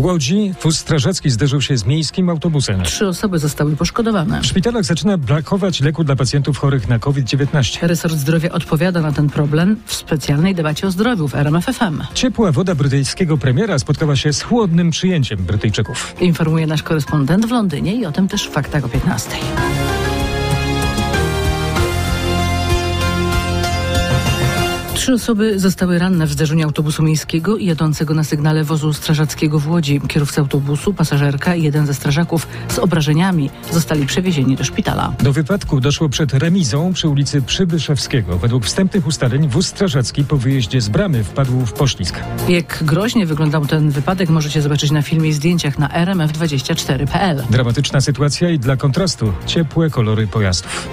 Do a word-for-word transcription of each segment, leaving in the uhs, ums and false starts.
Łodzi wóz strażacki zderzył się z miejskim autobusem. Trzy osoby zostały poszkodowane. W szpitalach zaczyna brakować leku dla pacjentów chorych na COVID dziewiętnaście. Resort Zdrowia odpowiada na ten problem w specjalnej debacie o zdrowiu w R M F F M. Ciepła woda brytyjskiego premiera spotkała się z chłodnym przyjęciem Brytyjczyków. Informuje nasz korespondent w Londynie i o tym też w faktach o piętnastej. Trzy osoby zostały ranne w zderzeniu autobusu miejskiego i jadącego na sygnale wozu strażackiego w Łodzi. Kierowca autobusu, pasażerka i jeden ze strażaków z obrażeniami zostali przewiezieni do szpitala. Do wypadku doszło przed remizą przy ulicy Przybyszewskiego. Według wstępnych ustaleń wóz strażacki po wyjeździe z bramy wpadł w poślizg. Jak groźnie wyglądał ten wypadek, możecie zobaczyć na filmie i zdjęciach na r m f dwadzieścia cztery kropka p l. Dramatyczna sytuacja i dla kontrastu ciepłe kolory pojazdów.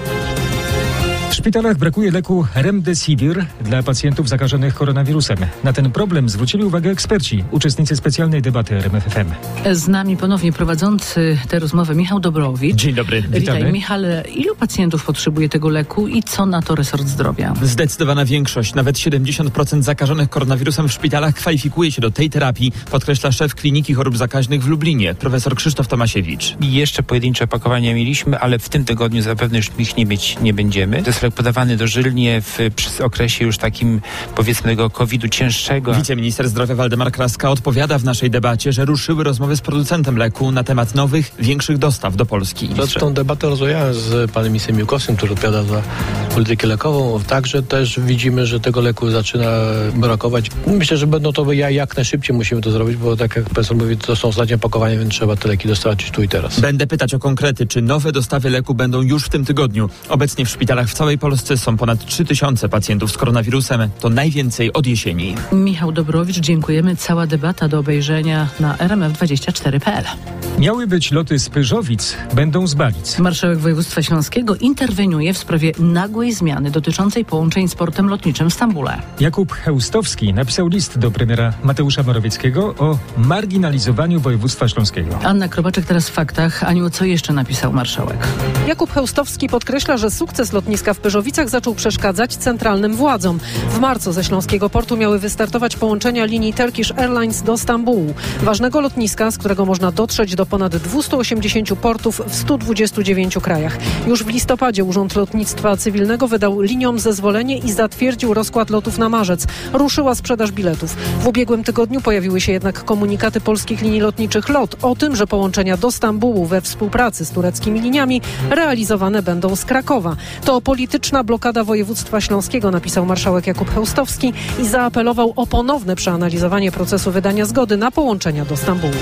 W szpitalach brakuje leku Remdesivir dla pacjentów zakażonych koronawirusem. Na ten problem zwrócili uwagę eksperci, uczestnicy specjalnej debaty R M F F M. Z nami ponownie prowadzący tę rozmowę Michał Dobrowicz. Dzień dobry. Witaj, Witamy. Michale. Ilu pacjentów potrzebuje tego leku i co na to resort zdrowia? Zdecydowana większość, nawet siedemdziesiąt procent zakażonych koronawirusem w szpitalach kwalifikuje się do tej terapii, podkreśla szef Kliniki Chorób Zakaźnych w Lublinie, profesor Krzysztof Tomasiewicz. I jeszcze pojedyncze opakowania mieliśmy, ale w tym tygodniu zapewne już ich nie mieć nie będziemy. To jest lek podawany dożylnie w przez okresie już takim, powiedzmy, tego kowida cięższego. Wiceminister zdrowia Waldemar Kraska odpowiada w naszej debacie, że ruszyły rozmowy z producentem leku na temat nowych, większych dostaw do Polski. Tą debatę rozmawiałem z panem ministrem Miłkowskim, który odpowiada za politykę lekową. Także też widzimy, że tego leku zaczyna brakować. Myślę, że będą to ja jak najszybciej musimy to zrobić, bo tak jak profesor mówi, to są ostatnie opakowania, więc trzeba te leki dostarczyć tu i teraz. Będę pytać o konkrety, czy nowe dostawy leku będą już w tym tygodniu. Obecnie w szpitalach w całej Polsce są ponad trzy tysiące pacjentów z koronawirusem. To najwięcej od jesieni. Michał Dobrowicz, dziękujemy. Cała debata do obejrzenia na r m f dwadzieścia cztery kropka p l. Miały być loty z Pyrzowic, będą z Balic. Marszałek województwa śląskiego interweniuje w sprawie nagłej zmiany dotyczącej połączeń z portem lotniczym w Stambule. Jakub Chełstowski napisał list do premiera Mateusza Morawieckiego o marginalizowaniu województwa śląskiego. Anna Krobaczek teraz w faktach. Aniu, co jeszcze napisał marszałek? Jakub Chełstowski podkreśla, że sukces lotniska w Pyrzowicach zaczął przeszkadzać centralnym władzom. W marcu ze śląskiego portu miały wystartować połączenia linii Turkish Airlines do Stambułu, ważnego lotniska, z którego można dotrzeć do ponad dwieście osiemdziesiąt portów w stu dwudziestu dziewięciu krajach. Już w listopadzie Urząd Lotnictwa Cywilnego wydał liniom zezwolenie i zatwierdził rozkład lotów na marzec. Ruszyła sprzedaż biletów. W ubiegłym tygodniu pojawiły się jednak komunikaty polskich linii lotniczych LOT o tym, że połączenia do Stambułu we współpracy z tureckimi liniami realizowane będą z Krakowa. To polityczna blokada województwa śląskiego, napisał marszałek Jakub Chełstowski i zaapelował o ponowne przeanalizowanie procesu wydania zgody na połączenia do Stambułu.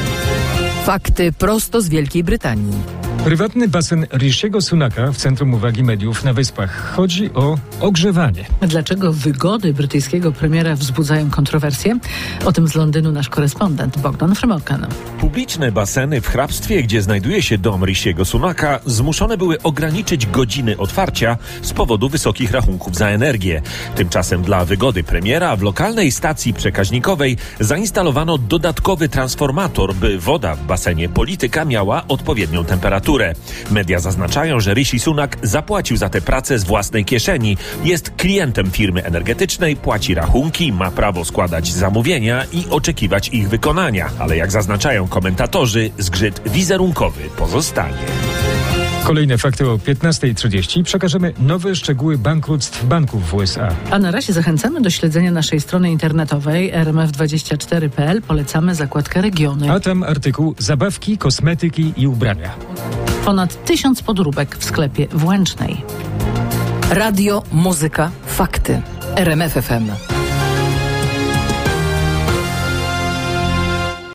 Fakty prosto z Wielkiej Brytanii. Prywatny basen Rishiego Sunaka w centrum uwagi mediów na Wyspach. Chodzi o ogrzewanie. Dlaczego wygody brytyjskiego premiera wzbudzają kontrowersje? O tym z Londynu nasz korespondent Bogdan Frymorgan. Publiczne baseny w hrabstwie, gdzie znajduje się dom Rishiego Sunaka, zmuszone były ograniczyć godziny otwarcia z powodu wysokich rachunków za energię. Tymczasem dla wygody premiera w lokalnej stacji przekaźnikowej zainstalowano dodatkowy transformator, by woda w basenie polityka miała odpowiednią temperaturę. Media zaznaczają, że Rishi Sunak zapłacił za tę pracę z własnej kieszeni. Jest klientem firmy energetycznej, płaci rachunki, ma prawo składać zamówienia i oczekiwać ich wykonania. Ale jak zaznaczają komentatorzy, zgrzyt wizerunkowy pozostanie. Kolejne fakty o piętnastej trzydzieści. Przekażemy nowe szczegóły bankructw banków w U S A. A na razie zachęcamy do śledzenia naszej strony internetowej r m f dwadzieścia cztery kropka p l. Polecamy zakładkę Regiony. A tam artykuł zabawki, kosmetyki i ubrania. Ponad tysiąc podróbek w sklepie w Łęcznej. Radio, muzyka, fakty. R M F F M.